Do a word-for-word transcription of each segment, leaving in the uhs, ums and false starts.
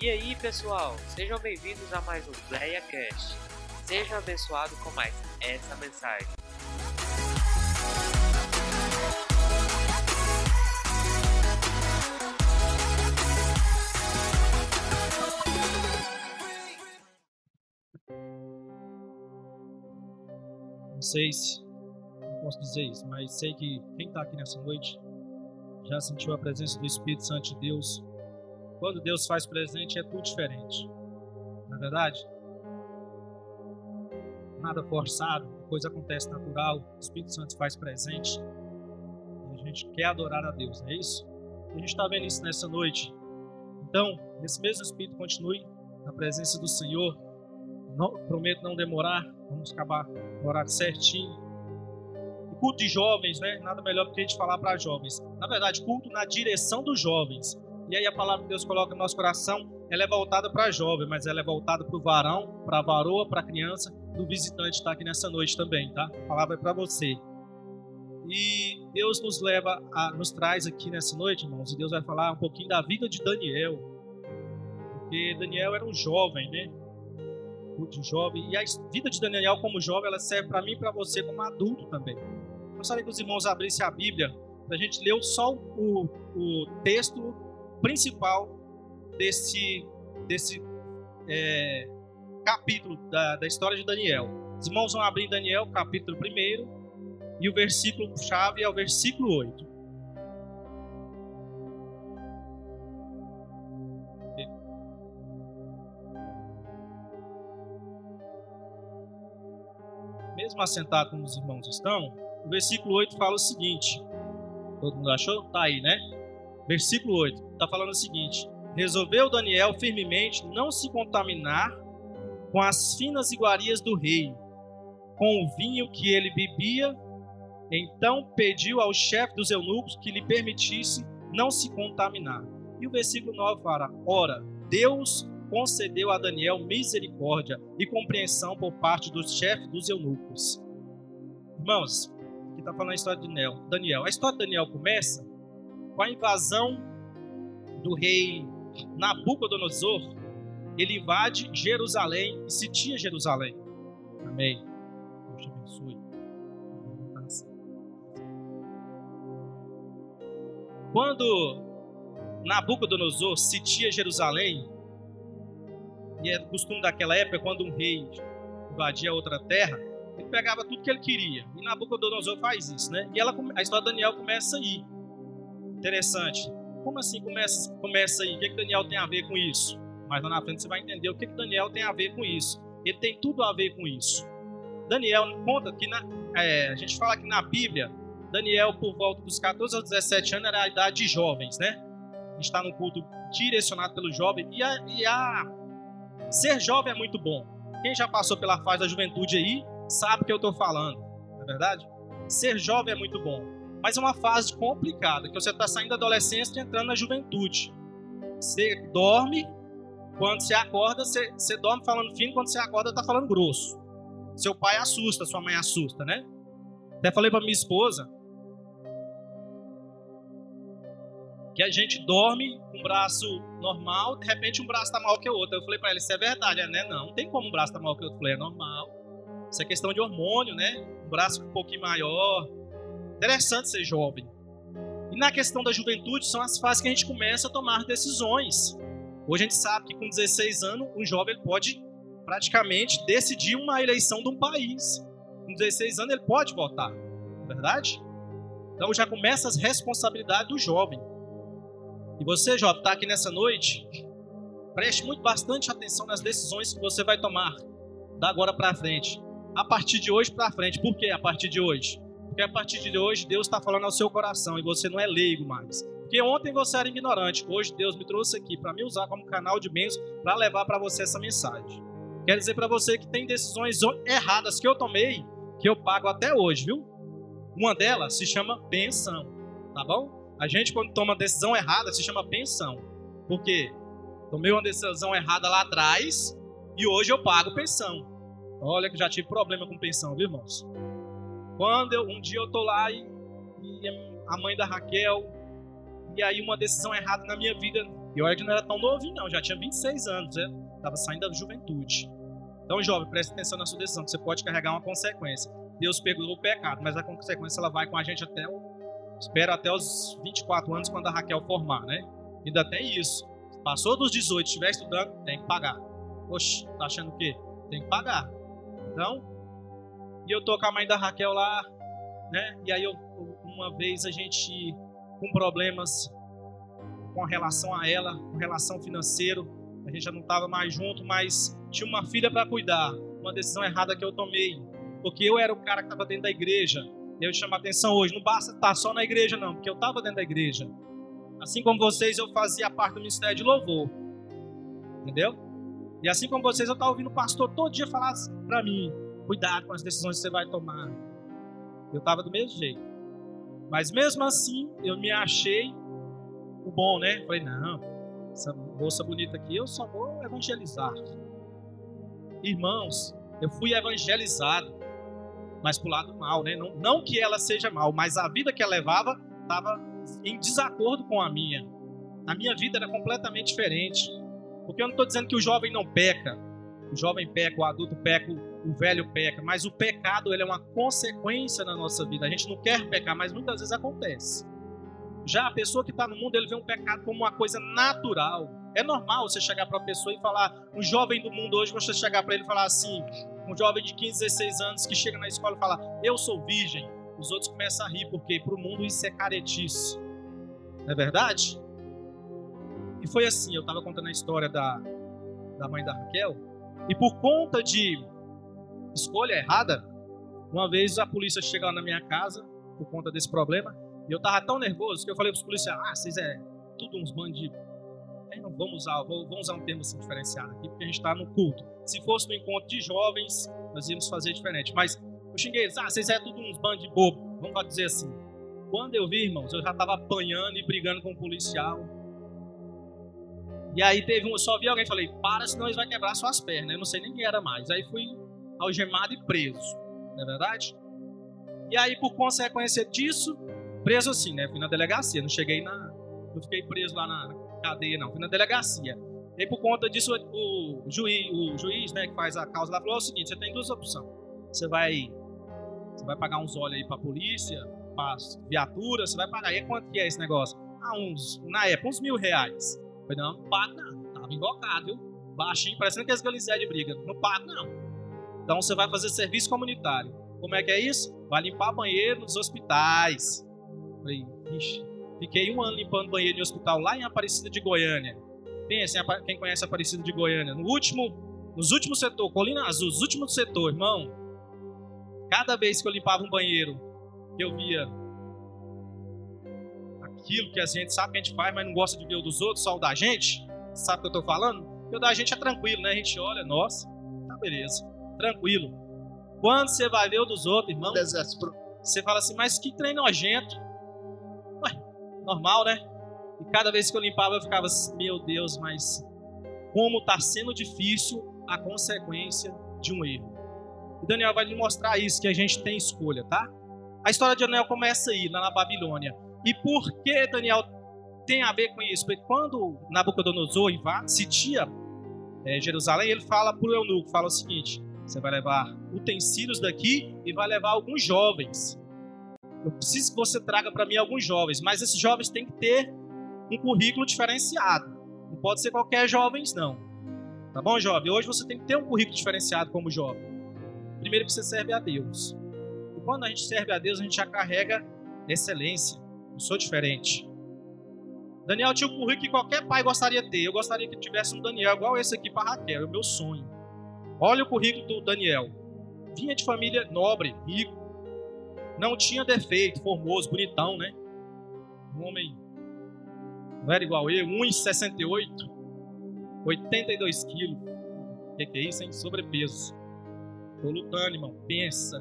E aí, pessoal, sejam bem-vindos a mais um BleaCast. Seja abençoado com mais essa mensagem. Não sei se não posso dizer isso, mas sei que quem está aqui nessa noite já sentiu a presença do Espírito Santo de Deus. Quando Deus faz presente é tudo diferente, não é verdade? Nada forçado, a coisa acontece natural, o Espírito Santo se faz presente e a gente quer adorar a Deus, não é isso? E a gente está vendo isso nessa noite. Então, nesse mesmo Espírito, continue na presença do Senhor. Não, prometo não demorar, vamos acabar no horário certinho. E culto de jovens, né? Nada melhor do que a gente falar para jovens. Na verdade, culto na direção dos jovens. E aí a palavra que Deus coloca no nosso coração, ela é voltada para jovem, mas ela é voltada para o varão, para a varoa, para a criança, do visitante que está aqui nessa noite também, tá? A palavra é para você. E Deus nos leva, a, nos traz aqui nessa noite, irmãos, e Deus vai falar um pouquinho da vida de Daniel. Porque Daniel era um jovem, né? De jovem, e a vida de Daniel como jovem, ela serve para mim e para você como adulto também. Eu gostaria que os irmãos abrissem a Bíblia para a gente ler só o, o texto principal desse, desse é, capítulo da, da história de Daniel. Os irmãos vão abrir Daniel, capítulo primeiro, e o versículo-chave é o versículo oito. Mesmo assentado como os irmãos estão, o versículo oito fala o seguinte. Todo mundo achou? Tá aí, né? Versículo oito está falando o seguinte: resolveu Daniel firmemente não se contaminar com as finas iguarias do rei, com o vinho que ele bebia. Então pediu ao chefe dos eunucos que lhe permitisse não se contaminar. E o versículo nove fala: ora, Deus concedeu a Daniel misericórdia e compreensão por parte do chefe dos eunucos. Irmãos, aqui está falando a história de Daniel. A história de Daniel começa com a invasão do rei Nabucodonosor. Ele invade Jerusalém e sitia Jerusalém. Amém. Deus te abençoe. Quando Nabucodonosor sitia Jerusalém, e é costume daquela época, quando um rei invadia outra terra, ele pegava tudo que ele queria. E Nabucodonosor faz isso, né? E ela, a história de Daniel começa aí. Interessante. Como assim começa, começa aí? O que, que Daniel tem a ver com isso? Mas lá na frente você vai entender o que, que Daniel tem a ver com isso. Ele tem tudo a ver com isso. Daniel conta que, na, é, a gente fala que na Bíblia, Daniel, por volta dos catorze aos dezessete anos, era a idade de jovens, né? A gente está num culto direcionado pelo jovem. E a... E a ser jovem é muito bom. Quem já passou pela fase da juventude aí, sabe o que eu estou falando, não é verdade? Ser jovem é muito bom, mas é uma fase complicada, que você está saindo da adolescência e entrando na juventude. Você dorme, quando você acorda, você, você dorme falando fino, quando você acorda está falando grosso. Seu pai assusta, sua mãe assusta, né? Até falei para minha esposa que a gente dorme com um braço normal, de repente um braço está maior que o outro. Eu falei para ela, isso é verdade, né? Não, não tem como um braço estar tá maior que o outro. Eu falei, é normal. Isso é questão de hormônio, né? Um braço um pouquinho maior. Interessante ser jovem. E na questão da juventude, são as fases que a gente começa a tomar decisões. Hoje a gente sabe que com dezesseis anos, um jovem ele pode praticamente decidir uma eleição de um país. Com dezesseis anos ele pode votar, não é verdade? Então já começa as responsabilidades do jovem. E você, jovem, está aqui nessa noite, preste muito bastante atenção nas decisões que você vai tomar da agora para frente. A partir de hoje para frente. Por que a partir de hoje? Porque a partir de hoje Deus está falando ao seu coração e você não é leigo mais. Porque ontem você era ignorante, hoje Deus me trouxe aqui para me usar como canal de bênção para levar para você essa mensagem. Quero dizer para você que tem decisões erradas que eu tomei, que eu pago até hoje, viu? Uma delas se chama pensão, tá bom? A gente, quando toma uma decisão errada, se chama pensão. Por quê? Tomei uma decisão errada lá atrás e hoje eu pago pensão. Olha que já tive problema com pensão, viu, irmãos? Quando eu, um dia eu tô lá e, e a mãe da Raquel, e aí uma decisão errada na minha vida, E olha que não era tão novinho não, já tinha vinte e seis anos, né? Estava saindo da juventude. Então, jovem, preste atenção na sua decisão, que você pode carregar uma consequência. Deus perdoou o pecado, mas a consequência ela vai com a gente até o, espera até os vinte e quatro anos, quando a Raquel formar, né? Ainda tem isso. Passou dos dezoito, estiver estudando, tem que pagar. Oxe, tá achando o quê? Tem que pagar. Então, e eu tô com a mãe da Raquel lá, né? E aí, eu, uma vez a gente, com problemas com relação a ela, com relação financeira, a gente já não estava mais junto, mas tinha uma filha para cuidar. Uma decisão errada que eu tomei, porque eu era o cara que estava dentro da igreja. E eu chamo a atenção hoje, não basta estar só na igreja não, porque eu estava dentro da igreja. Assim como vocês, eu fazia parte do ministério de louvor. Entendeu? E assim como vocês, eu estava ouvindo o pastor todo dia falar para mim, cuidado com as decisões que você vai tomar. Eu estava do mesmo jeito. Mas mesmo assim, eu me achei o bom, né? Falei, não, essa moça bonita aqui, eu só vou evangelizar. Irmãos, eu fui evangelizado, mas pro lado mal, né? Não, não que ela seja mal, mas a vida que ela levava estava em desacordo com a minha. A minha vida era completamente diferente. Porque eu não estou dizendo que o jovem não peca. O jovem peca, o adulto peca, o velho peca. Mas o pecado ele é uma consequência na nossa vida. A gente não quer pecar, mas muitas vezes acontece. Já a pessoa que está no mundo, ele vê um pecado como uma coisa natural. É normal você chegar para uma pessoa e falar, um jovem do mundo hoje, você chegar para ele e falar assim, um jovem de quinze, dezesseis anos que chega na escola e fala, eu sou virgem. Os outros começam a rir, porque para o mundo isso é caretice. Não é verdade? E foi assim, eu estava contando a história da, da mãe da Raquel, e por conta de escolha errada, uma vez a polícia chega lá na minha casa, por conta desse problema, e eu estava tão nervoso que eu falei para os policiais, ah, vocês é tudo uns bandidos. Aí não vamos usar, vamos usar um termo assim diferenciado aqui, porque a gente está no culto. Se fosse no encontro de jovens, nós íamos fazer diferente. Mas eu xinguei eles, ah, vocês é tudo uns bandidos bobos, vamos dizer assim. Quando eu vi, irmãos, eu já estava apanhando e brigando com um policial. E aí teve um, eu só vi alguém e falei, para, senão eles vão quebrar suas pernas. Eu não sei nem quem era mais. Aí fui algemado e preso, não é verdade? E aí, por consequência disso, preso assim, né? Fui na delegacia, não cheguei na... Não fiquei preso lá na cadeia, não. Fui na delegacia. E aí, por conta disso, o juiz, o juiz, né, que faz a causa lá, falou o seguinte, você tem duas opções. Você vai, você vai pagar uns olhos aí pra polícia, pra viatura, você vai pagar. E quanto que é esse negócio? Ah, uns, na época, uns mil reais. Eu falei, não, não pago não. Tava invocado, viu? Baixinho, parecendo aqueles galizé de briga. Não pago não. Então, você vai fazer serviço comunitário. Como é que é isso? Vai limpar banheiro nos hospitais. Eu falei, ixi. Fiquei um ano limpando banheiro em hospital lá em Aparecida de Goiânia. Pensa, quem conhece Aparecida de Goiânia. No último, nos últimos setores, Colina Azul, os últimos setores, irmão. Cada vez que eu limpava um banheiro, eu via aquilo que a gente sabe que a gente faz, mas não gosta de ver o dos outros, só o da gente. Sabe o que eu tô falando? Porque o da gente é tranquilo, né? A gente olha, nossa, tá beleza, tranquilo. Quando você vai ver o dos outros, irmão, você fala assim, mas que trem nojento. Ué, normal, né? E cada vez que eu limpava eu ficava assim, meu Deus, mas como tá sendo difícil a consequência de um erro. E Daniel vai lhe mostrar isso, que a gente tem escolha, tá? A história de Daniel começa aí, lá na Babilônia. E por que Daniel tem a ver com isso? Porque quando Nabucodonosor invade, sitia é, Jerusalém, ele fala para o eunuco, fala o seguinte, você vai levar utensílios daqui e vai levar alguns jovens. Eu preciso que você traga para mim alguns jovens, mas esses jovens têm que ter um currículo diferenciado. Não pode ser qualquer jovens, não. Tá bom, jovem? Hoje você tem que ter um currículo diferenciado como jovem. Primeiro que você serve a Deus. E quando a gente serve a Deus, a gente já carrega excelência. Eu sou diferente. Daniel tinha um currículo que qualquer pai gostaria de ter. Eu gostaria que tivesse um Daniel igual esse aqui para Raquel. É o meu sonho. Olha o currículo do Daniel. Vinha de família nobre, rico. Não tinha defeito, formoso, bonitão, né? Um homem não era igual eu, um metro e sessenta e oito, oitenta e dois quilos. O que, que é isso, hein? Sobrepeso. Tô lutando, irmão. Pensa.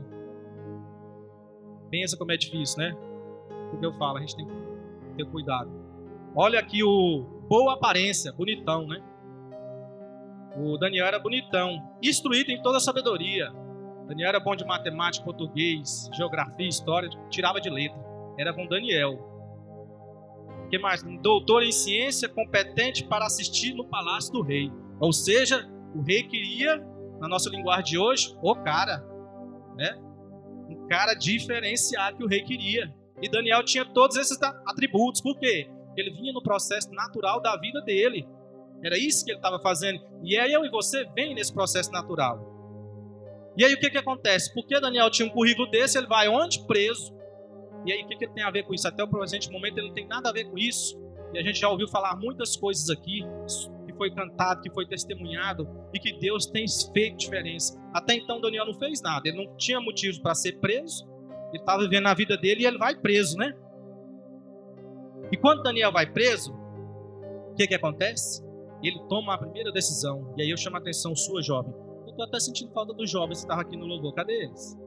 Pensa como é difícil, né? O que eu falo, a gente tem que ter cuidado. Olha aqui o boa aparência, bonitão, né? O Daniel era bonitão, instruído em toda a sabedoria. Daniel era bom de matemática, português, geografia, história, tirava de letra. Era com Daniel. O que mais? Doutor em ciência, competente para assistir no palácio do rei. Ou seja, o rei queria, na nossa linguagem de hoje, o cara, né? Um cara diferenciado que o rei queria. E Daniel tinha todos esses atributos. Por quê? Ele vinha no processo natural da vida dele. Era isso que ele estava fazendo. E aí eu e você vem nesse processo natural. E aí o que que acontece? Porque Daniel tinha um currículo desse, ele vai onde? Preso. E aí o que que ele tem a ver com isso? Até o presente momento ele não tem nada a ver com isso. E a gente já ouviu falar muitas coisas aqui, que foi cantado, que foi testemunhado, e que Deus tem feito diferença. Até então Daniel não fez nada. Ele não tinha motivo para ser preso. Ele estava vivendo a vida dele e ele vai preso, né? E quando Daniel vai preso, o que que acontece? Ele toma a primeira decisão. E aí eu chamo a atenção sua, jovem. Eu estou até sentindo falta dos jovens que estavam aqui no louvor. Cadê eles?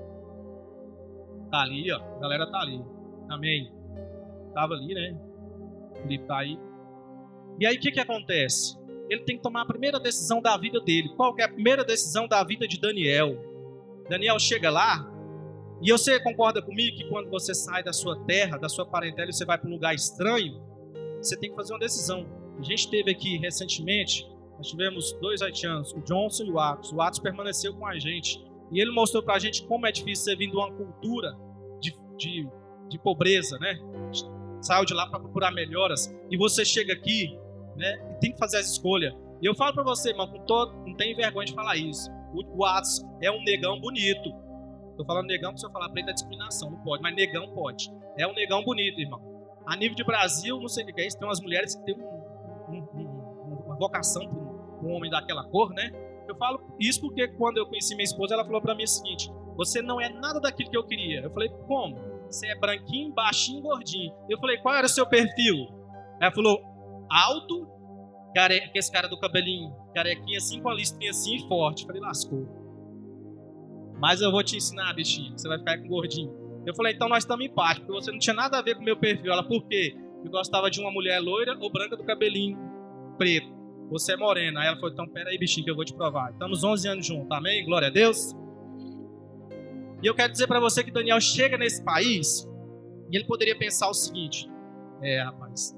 Tá ali, ó. A galera tá ali. Amém. Tava ali, né? O Felipe tá aí. E aí o que que acontece? Ele tem que tomar a primeira decisão da vida dele. Qual que é a primeira decisão da vida de Daniel? Daniel chega lá. E você concorda comigo que quando você sai da sua terra, da sua parentela, e você vai para um lugar estranho, você tem que fazer uma decisão. A gente teve aqui recentemente, nós tivemos dois haitianos, o Johnson e o Atos. O Atos permaneceu com a gente. E ele mostrou para a gente como é difícil você vir de uma cultura de, de, de pobreza, né? Saiu de lá para procurar melhoras. E você chega aqui, né? E tem que fazer essa escolha. E eu falo para você, irmão, com todo, não tem vergonha de falar isso. O, o Atos é um negão bonito. Estou falando negão, porque se eu falar preto é discriminação, não pode, mas negão pode. É um negão bonito, irmão. A nível de Brasil, não sei o que é isso, tem umas mulheres que têm um, um, um, uma vocação para um homem daquela cor, né? Eu falo isso porque quando eu conheci minha esposa, ela falou para mim o seguinte: você não é nada daquilo que eu queria. Eu falei, como? Você é branquinho, baixinho, gordinho. Eu falei, qual era o seu perfil? Ela falou, alto, care... esse cara do cabelinho carequinho assim, com a listrinha assim e forte. Eu falei, lascou. Mas eu vou te ensinar, bichinho, você vai ficar com gordinho. Eu falei, então nós estamos em paz, porque você não tinha nada a ver com o meu perfil. Ela, por quê? Eu gostava de uma mulher loira ou branca do cabelinho preto. Você é morena. Aí ela falou, então peraí, bichinho, que eu vou te provar. Estamos onze anos juntos, amém? Glória a Deus. E eu quero dizer para você que Daniel chega nesse país e ele poderia pensar o seguinte: é, rapaz,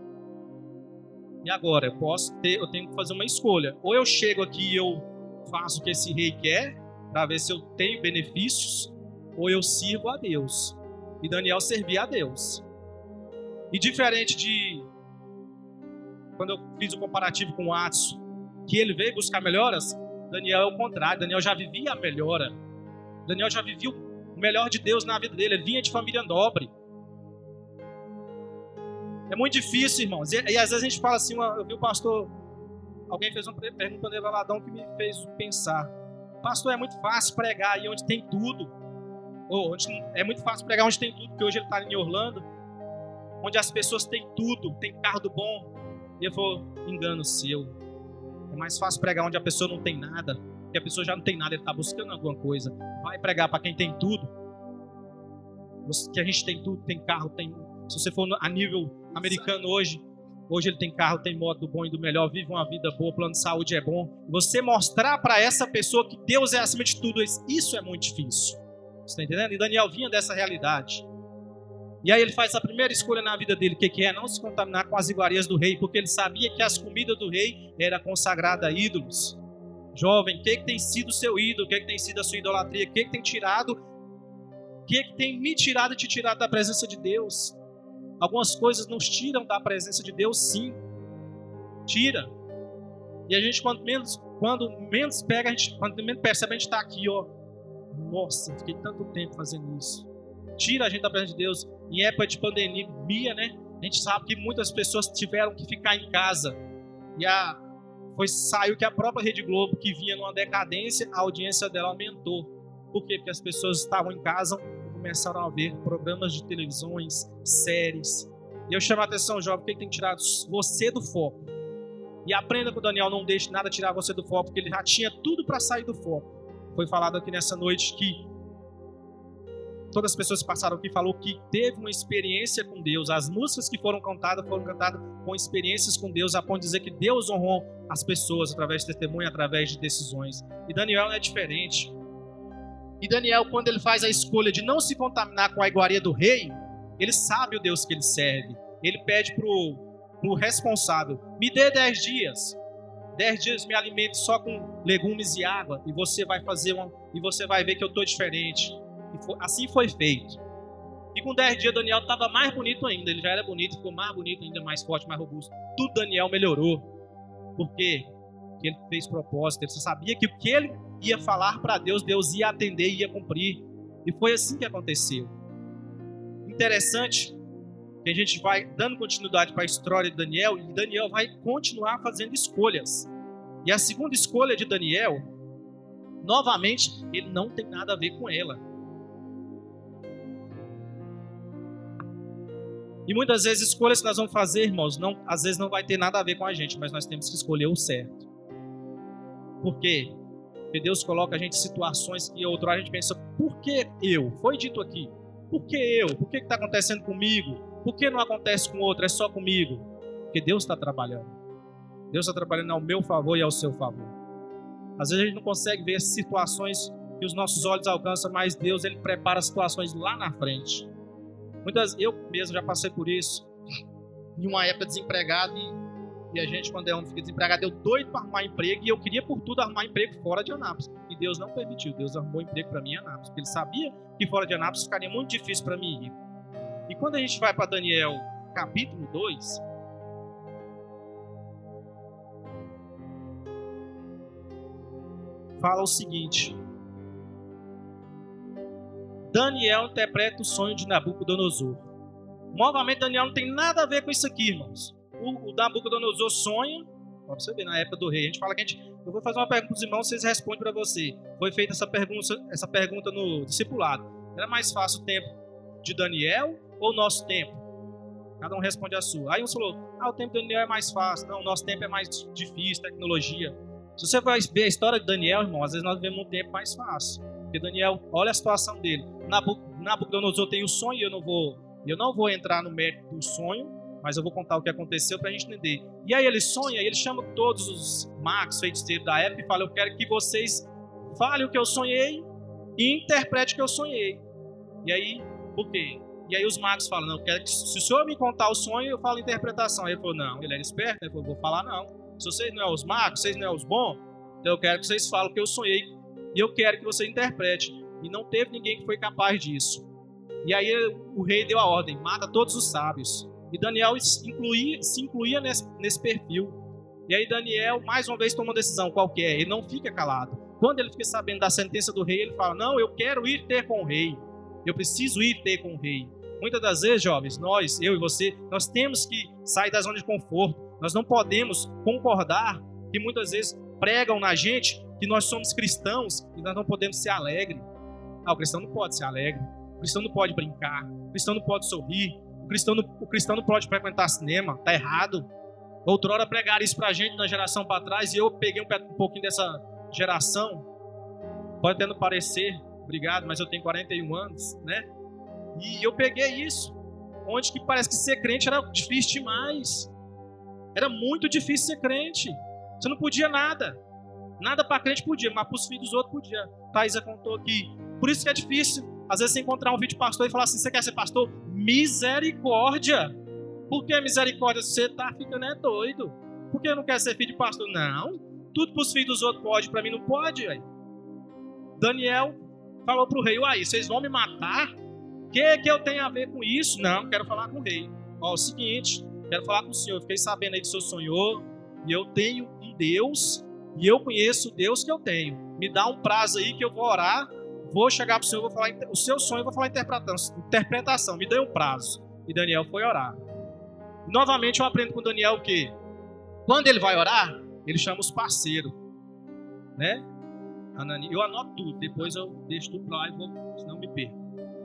e agora? Eu posso ter, eu tenho que fazer uma escolha. Ou eu chego aqui e eu faço o que esse rei quer, para ver se eu tenho benefícios, ou eu sirvo a Deus. E Daniel servia a Deus. E diferente de quando eu fiz o comparativo com o Atos, que ele veio buscar melhoras, Daniel é o contrário. Daniel já vivia a melhora. Daniel já vivia o melhor de Deus na vida dele. Ele vinha de família nobre. É muito difícil, irmãos. E, e às vezes a gente fala assim, uma, eu vi o pastor, alguém fez uma pergunta para o Evaladão que me fez pensar. Pastor, é muito fácil pregar aí onde tem tudo. Ou onde, é muito fácil pregar onde tem tudo, porque hoje ele está em Orlando, onde as pessoas têm tudo, tem carro do bom. E ele falou, engano seu. É mais fácil pregar onde a pessoa não tem nada, porque a pessoa já não tem nada, ele está buscando alguma coisa. Vai pregar para quem tem tudo. Que a gente tem tudo, tem carro, tem... Se você for a nível americano hoje, hoje ele tem carro, tem moto do bom e do melhor, vive uma vida boa, plano de saúde é bom. Você mostrar para essa pessoa que Deus é acima de tudo, isso é muito difícil. Você está entendendo? E Daniel vinha dessa realidade. E aí ele faz a primeira escolha na vida dele, o que, que é? Não se contaminar com as iguarias do rei, porque ele sabia que as comidas do rei eram consagradas a ídolos. Jovem, o que, que tem sido o seu ídolo? O que, que tem sido a sua idolatria? O que, que tem tirado? O que, que tem me tirado e te tirado da presença de Deus? Algumas coisas nos tiram da presença de Deus, sim. Tira. E a gente, quando menos, quando menos pega, a gente, quando menos percebe, a gente está aqui, ó. Nossa, fiquei tanto tempo fazendo isso. Tira a gente da presença de Deus. Em época de pandemia, né? A gente sabe que muitas pessoas tiveram que ficar em casa. E a, foi, saiu que a própria Rede Globo, que vinha numa decadência, a audiência dela aumentou. Por quê? Porque as pessoas estavam em casa e começaram a ver programas de televisões, séries. E eu chamo a atenção, jovem, que tem que tirar você do foco. E aprenda com o Daniel, não deixe nada tirar você do foco, porque ele já tinha tudo para sair do foco. Foi falado aqui nessa noite que todas as pessoas que passaram aqui falou que teve uma experiência com Deus. As músicas que foram cantadas foram cantadas com experiências com Deus, a ponto de dizer que Deus honrou as pessoas através de testemunho, através de decisões. E Daniel não é diferente. E Daniel, quando ele faz a escolha de não se contaminar com a iguaria do rei, ele sabe o Deus que ele serve. ele pede para o responsável, me dê dez dias. Dez dias me alimente só com legumes e água, e você vai fazer uma, e você vai ver que eu estou diferente. E foi, assim foi feito. E com dez dias Daniel estava mais bonito ainda. Ele já era bonito, ficou mais bonito, ainda mais forte, mais robusto. Tudo Daniel melhorou. Por quê? Porque ele fez propósito. Ele sabia que o que ele ia falar para Deus, Deus ia atender e ia cumprir. E foi assim que aconteceu. Interessante que a gente vai dando continuidade para a história de Daniel, e Daniel vai continuar fazendo escolhas. E a segunda escolha de Daniel, novamente, ele não tem nada a ver com ela. E muitas vezes escolhas que nós vamos fazer, irmãos, não, às vezes não vai ter nada a ver com a gente, mas nós temos que escolher o certo. Por quê? Porque Deus coloca a gente em situações que outra hora a gente pensa, por que eu? Foi dito aqui. Por que eu? Por que está acontecendo comigo? Por que não acontece com outro? É só comigo? Porque Deus está trabalhando. Deus está trabalhando ao meu favor e ao seu favor. Às vezes a gente não consegue ver situações que os nossos olhos alcançam, mas Deus, Ele prepara situações lá na frente. Muitas, eu mesmo já passei por isso, em uma época desempregado, e, e a gente, quando é homem, fica desempregado, eu doido para arrumar emprego, e eu queria por tudo arrumar emprego fora de Anápolis, e Deus não permitiu. Deus arrumou emprego para mim em Anápolis, porque Ele sabia que fora de Anápolis ficaria muito difícil para mim ir. E quando a gente vai para Daniel capítulo dois, fala o seguinte: Daniel interpreta o sonho de Nabucodonosor. Novamente, Daniel não tem nada a ver com isso aqui, irmãos. O, o Nabucodonosor sonha, para você ver, na época do rei. A gente fala que a gente, eu vou fazer uma pergunta para os irmãos, vocês respondem para você. Foi feita essa pergunta, essa pergunta no discipulado. Era mais fácil o tempo de Daniel ou o nosso tempo? Cada um responde a sua. Aí um falou, ah, o tempo de Daniel é mais fácil. Não, o nosso tempo é mais difícil, tecnologia. Se você vai ver a história de Daniel, irmão, às vezes nós vivemos um tempo mais fácil. Porque Daniel, olha a situação dele. Nabucodonosor tem o sonho, e eu não vou, eu não vou entrar no mérito do sonho, mas eu vou contar o que aconteceu para a gente entender. E aí ele sonha, e ele chama todos os magos, feiticeiros da época e fala, eu quero que vocês falem o que eu sonhei e interpretem o que eu sonhei. E aí, por quê? E aí os magos falam, não, eu quero que, se o senhor me contar o sonho, eu falo a interpretação. Aí ele falou, não, ele era esperto, ele falou, vou falar não. Se vocês não é os magos, vocês não é os bons, então eu quero que vocês falem o que eu sonhei e eu quero que você interprete. E não teve ninguém que foi capaz disso. E aí o rei deu a ordem, mata todos os sábios. E Daniel incluía, se incluía nesse, nesse perfil. E aí Daniel, mais uma vez, toma uma decisão qualquer, ele não fica calado. Quando ele fica sabendo da sentença do rei, ele fala, não, eu quero ir ter com o rei. Eu preciso ir ter com o rei. Muitas das vezes, jovens, nós, eu e você, nós temos que sair da zona de conforto. Nós não podemos concordar que muitas vezes pregam na gente que nós somos cristãos e nós não podemos ser alegres. Ah, o cristão não pode ser alegre. O cristão não pode brincar. O cristão não pode sorrir. O cristão não, o cristão não pode frequentar cinema. Está errado. Outrora pregaram isso para a gente na geração para trás e eu peguei um, um pouquinho dessa geração. Pode até não parecer, obrigado, mas eu tenho quarenta e um anos, né? E eu peguei isso, onde que parece que ser crente era difícil demais. Era muito difícil ser crente. Você não podia nada. Nada para crente podia, mas para os filhos dos outros podia. Thaisa contou aqui. Por isso que é difícil, às vezes, você encontrar um vídeo de pastor e falar assim, você quer ser pastor? Misericórdia. Por que misericórdia? Você tá ficando é doido. Por que não quer ser filho de pastor? Não. Tudo para os filhos dos outros pode, para mim não pode. Véio. Daniel falou para o rei, uai, vocês vão me matar? O que, que eu tenho a ver com isso? Não, quero falar com o rei. Ó, é o seguinte, quero falar com o senhor. Fiquei sabendo aí que o senhor sonhou e eu tenho um Deus e eu conheço o Deus que eu tenho. Me dá um prazo aí que eu vou orar, vou chegar para o senhor, vou falar o seu sonho, eu vou falar interpretação, interpretação. Me dê um prazo. E Daniel foi orar. E, novamente eu aprendo com Daniel que quando ele vai orar, ele chama os parceiros, né? Eu anoto tudo, depois eu deixo tudo lá e vou, senão me perco.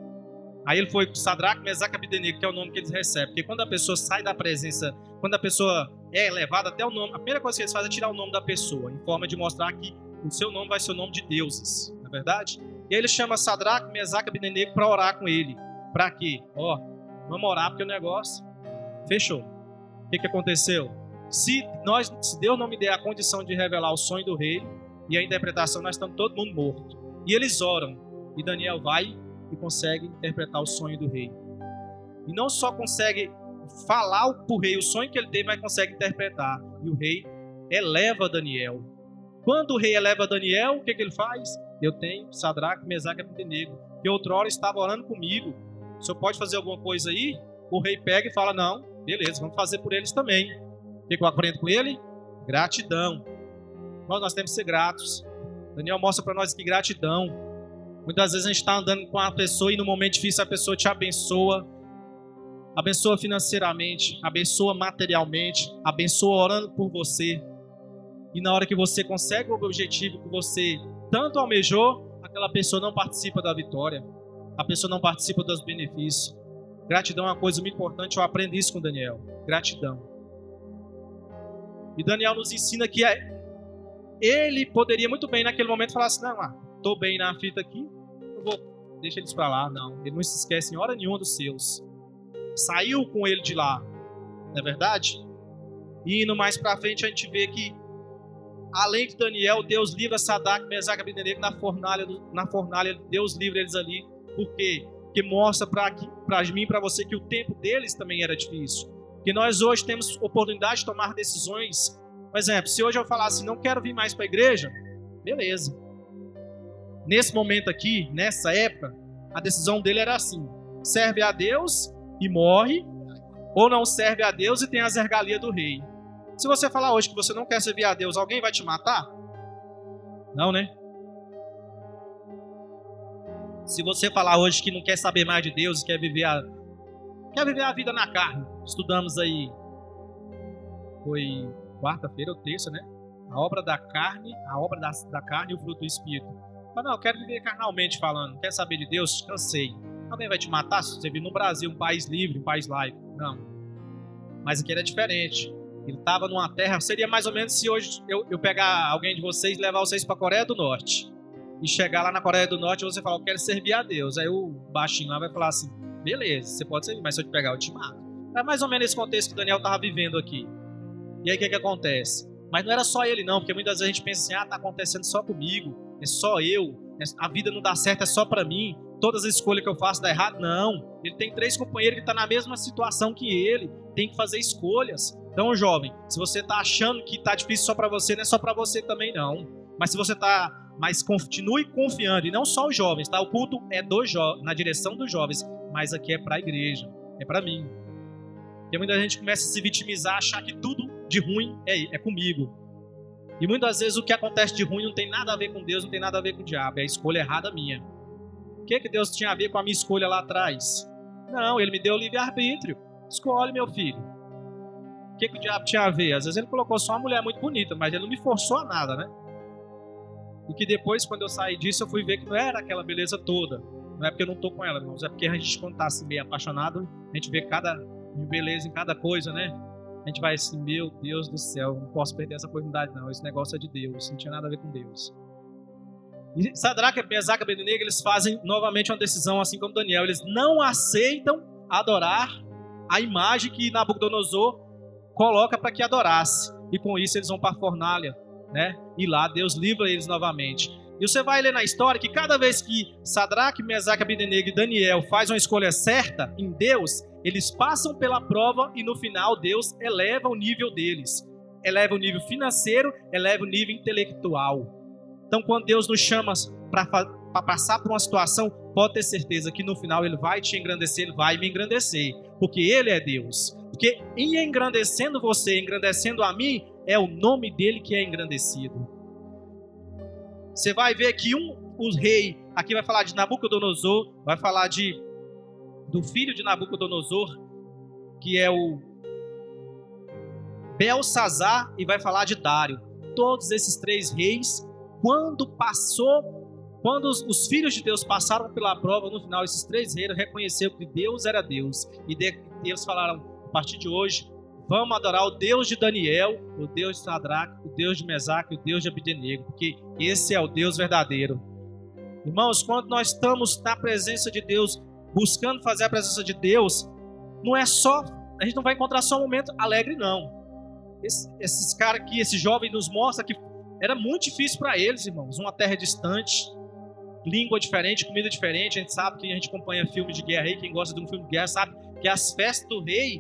Aí ele foi com Sadraque, Mesaque e Abdenego, que é o nome que eles recebem. Porque quando a pessoa sai da presença, quando a pessoa é elevada até o nome, a primeira coisa que eles fazem é tirar o nome da pessoa, em forma de mostrar que o seu nome vai ser o nome de deuses, não é verdade? E aí ele chama Sadraque, Mesaque e Abdenego para orar com ele. Para quê? Ó, vamos orar porque o negócio fechou. O que, que aconteceu? Se, nós, se Deus não me der a condição de revelar o sonho do rei e a interpretação, nós estamos todo mundo morto. E eles oram. E Daniel vai e consegue interpretar o sonho do rei. E não só consegue falar para o rei o sonho que ele teve, mas consegue interpretar. E o rei eleva Daniel. Quando o rei eleva Daniel, o que, que ele faz? Eu tenho Sadraque, Mesaque e Abednego, que outrora estava orando comigo. O senhor pode fazer alguma coisa aí? O rei pega e fala, não, beleza, vamos fazer por eles também. O que eu aprendo com ele? Gratidão. Nós, nós temos que ser gratos. Daniel mostra para nós que gratidão. Muitas vezes a gente está andando com uma pessoa e no momento difícil a pessoa te abençoa. Abençoa financeiramente, abençoa materialmente, abençoa orando por você. E na hora que você consegue o objetivo que você tanto almejou, aquela pessoa não participa da vitória. A pessoa não participa dos benefícios. Gratidão é uma coisa muito importante, eu aprendi isso com Daniel. Gratidão. E Daniel nos ensina que ele poderia muito bem naquele momento falar assim, não, estou bem na fita aqui, eu vou, deixa eles para lá. Não, ele não se esquece em hora nenhuma dos seus. Saiu com ele de lá, não é verdade? E indo mais para frente a gente vê que além de Daniel, Deus livra Sadraque, Mesaque e Abednego na fornalha, na fornalha, Deus livra eles ali. Por quê? Porque mostra para mim e para você que o tempo deles também era difícil. Que nós hoje temos oportunidade de tomar decisões. Por exemplo, se hoje eu falar assim, não quero vir mais para a igreja, beleza. Nesse momento aqui, nessa época, a decisão dele era assim, serve a Deus e morre, ou não serve a Deus e tem as regalias do rei. Se você falar hoje que você não quer servir a Deus, alguém vai te matar? Não, né? Se você falar hoje que não quer saber mais de Deus, quer viver a, quer viver a vida na carne, estudamos aí, foi quarta-feira ou terça, né? A obra da carne, a obra da, da carne e o fruto do Espírito. Mas não, eu quero viver carnalmente falando, não quer saber de Deus? Cansei. Alguém vai te matar se você vive no Brasil, um país livre, um país laico? Não. Mas aqui era diferente. Ele estava numa terra, seria mais ou menos se hoje eu, eu pegar alguém de vocês e levar vocês para a Coreia do Norte. E chegar lá na Coreia do Norte e você falar, eu quero servir a Deus. Aí o baixinho lá vai falar assim, beleza, você pode servir, mas se eu te pegar eu te mato. É mais ou menos esse contexto que o Daniel estava vivendo aqui. E aí o que, que acontece? Mas não era só ele não, porque muitas vezes a gente pensa assim, ah, está acontecendo só comigo, é só eu, a vida não dá certo, é só para mim, todas as escolhas que eu faço dá errado. Não, ele tem três companheiros que estão na mesma situação que ele, tem que fazer escolhas. Então, jovem, se você está achando que está difícil só para você, não é só para você também não. Mas se você está, mas continue confiando, e não só os jovens, tá? O culto é dos jo- na direção dos jovens, mas aqui é para a igreja, é para mim. Porque muita gente começa a se vitimizar, achar que tudo de ruim é, é comigo. E muitas vezes o que acontece de ruim não tem nada a ver com Deus, não tem nada a ver com o diabo, é a escolha errada minha. O que, que Deus tinha a ver com a minha escolha lá atrás? Não, Ele me deu livre-arbítrio. Escolhe, meu filho. O que, que o diabo tinha a ver? Às vezes ele colocou só uma mulher muito bonita, mas ele não me forçou a nada, né? E que depois, quando eu saí disso, eu fui ver que não era aquela beleza toda. Não é porque eu não estou com ela, irmãos. É porque a gente, quando está assim, meio apaixonado, a gente vê cada beleza em cada coisa, né? A gente vai assim, meu Deus do céu, não posso perder essa oportunidade não. Esse negócio é de Deus, não tinha nada a ver com Deus. E Sadraque, Mesaque e Abednego, eles fazem novamente uma decisão, assim como Daniel. Eles não aceitam adorar a imagem que Nabucodonosor coloca para que adorasse. E com isso eles vão para a fornalha, né? E lá Deus livra eles novamente. E você vai ler na história que cada vez que Sadraque, Mesaque, Abednego e Daniel fazem uma escolha certa em Deus, eles passam pela prova e no final Deus eleva o nível deles. Eleva o nível financeiro, eleva o nível intelectual. Então quando Deus nos chama para passar por uma situação, pode ter certeza que no final Ele vai te engrandecer, Ele vai me engrandecer. Porque Ele é Deus. Porque em engrandecendo você, engrandecendo a mim, é o nome dEle que é engrandecido. Você vai ver que um, o rei, aqui vai falar de Nabucodonosor, vai falar de, do filho de Nabucodonosor, que é o Belsazar, e vai falar de Dário. Todos esses três reis, quando passou, quando os, os filhos de Deus passaram pela prova, no final, esses três reis reconheceram que Deus era Deus. E de, eles falaram, a partir de hoje, vamos adorar o Deus de Daniel, o Deus de Sadraque, o Deus de Mesaque, o Deus de Abednego, porque esse é o Deus verdadeiro. Irmãos, quando nós estamos na presença de Deus, buscando fazer a presença de Deus, não é só, a gente não vai encontrar só um momento alegre, não. Esse, esses caras aqui, esse jovem nos mostra que era muito difícil para eles, irmãos, uma terra distante, língua diferente, comida diferente. A gente sabe que a gente acompanha filmes de guerra aí, quem gosta de um filme de guerra sabe que as festas do rei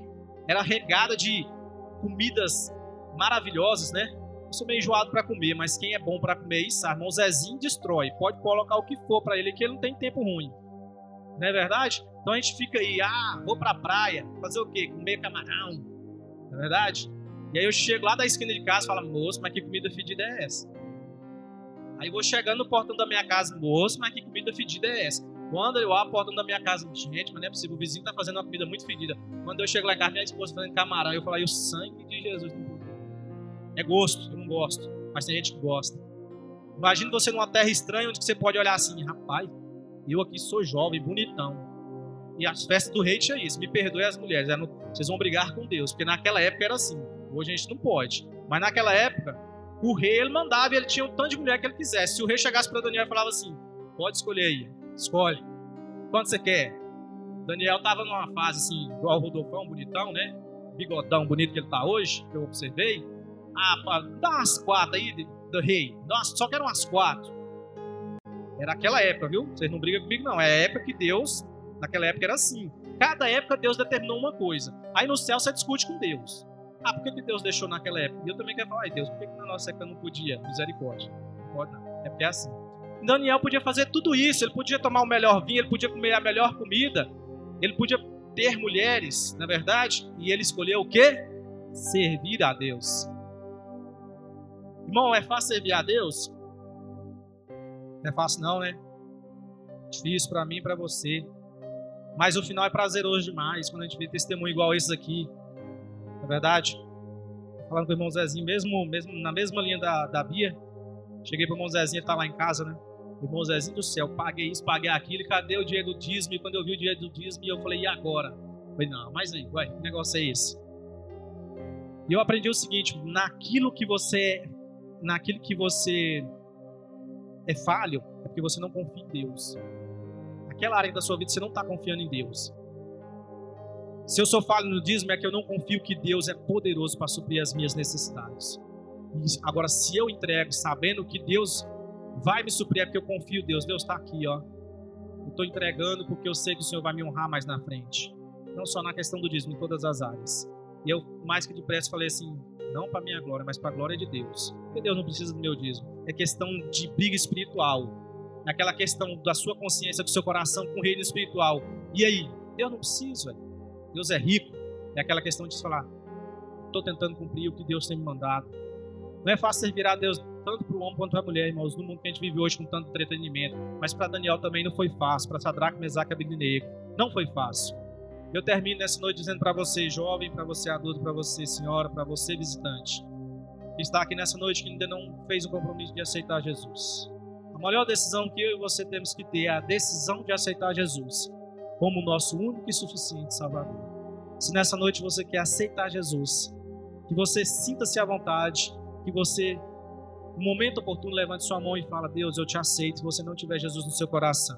era regada de comidas maravilhosas, né? Eu sou meio enjoado para comer, mas quem é bom para comer isso, sabe? Irmão Zezinho destrói. Pode colocar o que for para ele, que ele não tem tempo ruim. Não é verdade? Então a gente fica aí, ah, vou pra praia, fazer o quê? Comer camarão. Não é verdade? E aí eu chego lá da esquina de casa e falo, moço, mas que comida fedida é essa? Aí eu vou chegando no portão da minha casa, moço, mas que comida fedida é essa? Quando eu abro o portão da minha casa, gente, mas não é possível, o vizinho tá fazendo uma comida muito fedida. Quando eu chego lá em casa, minha esposa fazendo camarão, eu falo, aí o sangue de Jesus. É gosto, eu não gosto, mas tem gente que gosta. Imagina você numa terra estranha, onde você pode olhar assim, rapaz, eu aqui sou jovem, bonitão. E as festas do rei tinha isso, me perdoe as mulheres, não, vocês vão brigar com Deus, porque naquela época era assim, hoje a gente não pode. Mas naquela época, o rei ele mandava e ele tinha o tanto de mulher que ele quisesse. Se o rei chegasse para Daniel e falava assim, pode escolher aí, escolhe, quanto você quer? Daniel estava numa fase assim, igual o Rodolfão, bonitão, né? Bigodão bonito que ele está hoje, que eu observei. Ah, dá umas quatro aí do rei, nossa, só quero umas quatro. Era aquela época, viu? Vocês não brigam comigo não, é a época que Deus, naquela época era assim. Cada época Deus determinou uma coisa. Aí no céu você discute com Deus. Ah, por que, que Deus deixou naquela época? E eu também quero falar, ai Deus, por que, que na nossa época não podia? Misericórdia. Não pode não, é porque é assim. Daniel podia fazer tudo isso, ele podia tomar o melhor vinho, ele podia comer a melhor comida, ele podia ter mulheres, na verdade, e ele escolheu o quê? Servir a Deus. Irmão, é fácil servir a Deus? Não é fácil não, né? Difícil para mim e para você. Mas o final é prazeroso demais, quando a gente vê testemunho igual esses aqui. Não é verdade? Falando com o irmão Zezinho, mesmo, mesmo na mesma linha da, da Bia, cheguei para o irmão Zezinho, ele tá lá em casa, né? Irmão Zezinho do céu, paguei isso, paguei aquilo, e cadê o dinheiro do dízimo? E quando eu vi o dinheiro do dízimo, eu falei, e agora? Eu falei, não, mas aí, ué, que negócio é esse? E eu aprendi o seguinte, naquilo que você, naquilo que você é falho, é porque você não confia em Deus. Aquela área da sua vida, você não está confiando em Deus. Se eu sou falho no dízimo, é que eu não confio que Deus é poderoso para suprir as minhas necessidades. E agora, se eu entrego, sabendo que Deus vai me suprir, é porque eu confio em Deus. Deus está aqui, ó. Eu estou entregando porque eu sei que o Senhor vai me honrar mais na frente. Não só na questão do dízimo, em todas as áreas. E eu, mais que depressa, falei assim, não para minha glória, mas para a glória de Deus. Porque Deus não precisa do meu dízimo. É questão de briga espiritual. É aquela questão da sua consciência, do seu coração com o reino espiritual. E aí? Deus não precisa, velho. Deus é rico. É aquela questão de falar, estou tentando cumprir o que Deus tem me mandado. Não é fácil servir a Deus tanto para o homem quanto para a mulher, irmãos, no mundo que a gente vive hoje com tanto entretenimento. Mas para Daniel também não foi fácil, para Sadraque, Mesaque e Abednego não foi fácil. Eu termino nessa noite dizendo para você, jovem, para você adulto, para você senhora, para você visitante, que está aqui nessa noite que ainda não fez o compromisso de aceitar Jesus. A maior decisão que eu e você temos que ter é a decisão de aceitar Jesus como o nosso único e suficiente Salvador. Se nessa noite você quer aceitar Jesus, que você sinta-se à vontade, que você, no momento oportuno, levante sua mão e fala, Deus, eu te aceito, se você não tiver Jesus no seu coração.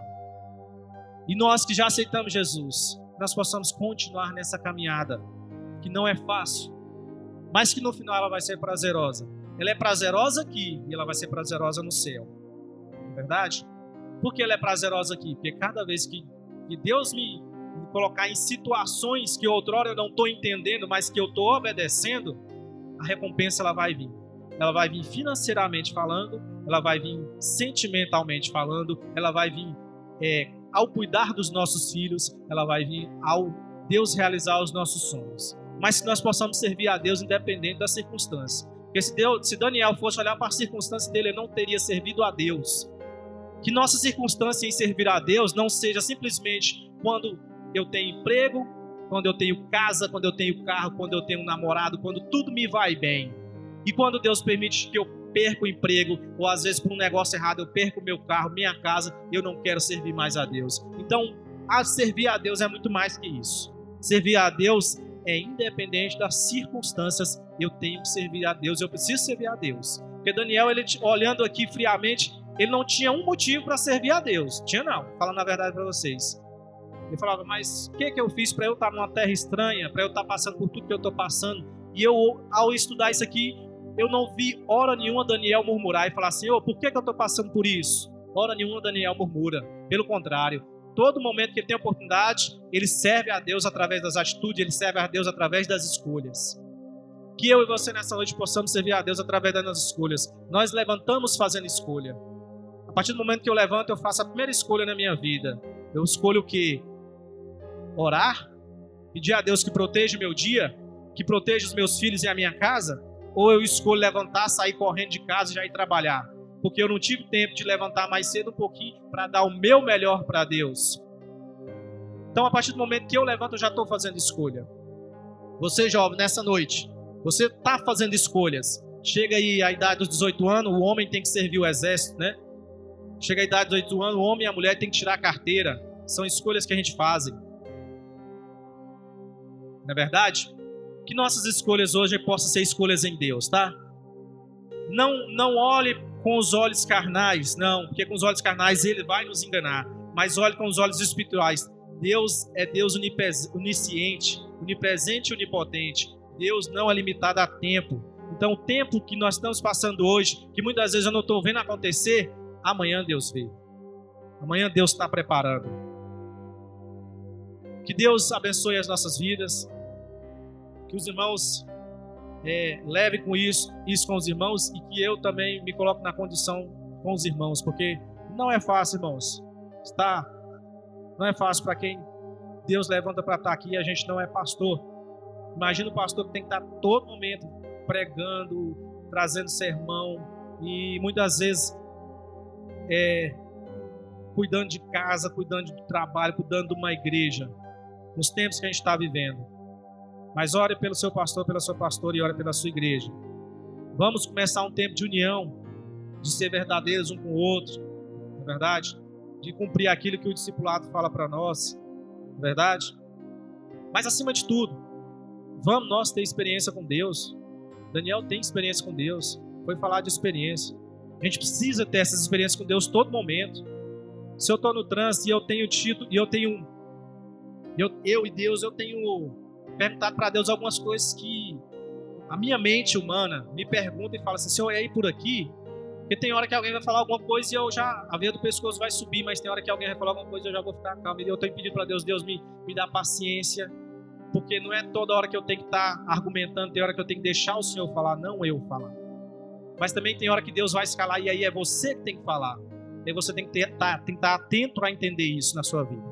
E nós que já aceitamos Jesus, nós possamos continuar nessa caminhada, que não é fácil, mas que no final ela vai ser prazerosa. Ela é prazerosa aqui e ela vai ser prazerosa no céu. Não é verdade? Por que ela é prazerosa aqui? Porque cada vez que, que Deus me, me colocar em situações que outrora eu não estou entendendo, mas que eu estou obedecendo, a recompensa ela vai vir. Ela vai vir financeiramente falando, ela vai vir sentimentalmente falando, ela vai vir é, ao cuidar dos nossos filhos, ela vai vir ao Deus realizar os nossos sonhos. Mas que nós possamos servir a Deus independente da circunstância. Porque se, Deus, se Daniel fosse olhar para a circunstância dele, ele não teria servido a Deus. Que nossa circunstância em servir a Deus não seja simplesmente quando eu tenho emprego, quando eu tenho casa, quando eu tenho carro, quando eu tenho um namorado, quando tudo me vai bem. E quando Deus permite que eu perca o emprego, ou às vezes por um negócio errado eu perco o meu carro, minha casa, eu não quero servir mais a Deus. Então, a servir a Deus é muito mais que isso. Servir a Deus é independente das circunstâncias, eu tenho que servir a Deus, eu preciso servir a Deus. Porque Daniel, ele olhando aqui friamente, ele não tinha um motivo para servir a Deus. Tinha não, falando a verdade para vocês. Ele falava, mas o que, que eu fiz para eu estar numa terra estranha, para eu estar passando por tudo que eu estou passando? E eu, ao estudar isso aqui, eu não vi hora nenhuma Daniel murmurar e falar assim, oh, por que, que eu estou passando por isso? Hora nenhuma Daniel murmura. Pelo contrário, Todo momento que ele tem oportunidade, ele serve a Deus através das atitudes, ele serve a Deus através das escolhas. Que eu e você nessa noite possamos servir a Deus através das nossas escolhas. Nós levantamos fazendo escolha. A partir do momento que eu levanto, eu faço a primeira escolha na minha vida. Eu escolho o quê? Orar? Pedir a Deus que proteja o meu dia? Que proteja os meus filhos e a minha casa? Ou eu escolho levantar, sair correndo de casa e já ir trabalhar? Porque eu não tive tempo de levantar mais cedo um pouquinho para dar o meu melhor para Deus. Então, a partir do momento que eu levanto, eu já estou fazendo escolha. Você, jovem, nessa noite, você está fazendo escolhas. Chega aí a idade dos dezoito anos, o homem tem que servir o exército, né? Chega a idade dos dezoito anos, o homem e a mulher tem que tirar a carteira. São escolhas que a gente faz. Não é verdade? Que nossas escolhas hoje possam ser escolhas em Deus, tá? Não, não olhe com os olhos carnais, não, porque com os olhos carnais ele vai nos enganar, mas olhe com os olhos espirituais. Deus é Deus onisciente, onipresente e onipotente. Deus não é limitado a tempo. Então o tempo que nós estamos passando hoje, que muitas vezes eu não estou vendo acontecer, amanhã Deus vê. Amanhã Deus está preparando. Que Deus abençoe as nossas vidas. Que os irmãos é, levem com isso, isso com os irmãos, e que eu também me coloque na condição com os irmãos, porque não é fácil, irmãos. Está, não é fácil para quem Deus levanta para estar aqui e a gente não é pastor. Imagina o pastor que tem que estar todo momento pregando, trazendo sermão e muitas vezes é, cuidando de casa, cuidando do trabalho, cuidando de uma igreja, nos tempos que a gente está vivendo. Mas ore pelo seu pastor, pela sua pastora e ore pela sua igreja. Vamos começar um tempo de união, de ser verdadeiros um com o outro, não é verdade? De cumprir aquilo que o discipulado fala para nós, não é verdade? Mas acima de tudo, vamos nós ter experiência com Deus. Daniel tem experiência com Deus, foi falar de experiência. A gente precisa ter essas experiências com Deus todo momento. Se eu estou no trânsito e eu tenho título, e eu tenho, eu, eu e Deus, eu tenho perguntado para Deus algumas coisas que a minha mente humana me pergunta e fala assim: Senhor, é ir por aqui? Porque tem hora que alguém vai falar alguma coisa e eu já, a veia do pescoço vai subir, mas tem hora que alguém vai falar alguma coisa e eu já vou ficar calmo. E eu tenho pedido para Deus, Deus me, me dá paciência, porque não é toda hora que eu tenho que estar argumentando, tem hora que eu tenho que deixar o Senhor falar, não eu falar. Mas também tem hora que Deus vai escalar e aí é você que tem que falar. E aí você tem que, ter, tá, tem que estar atento a entender isso na sua vida.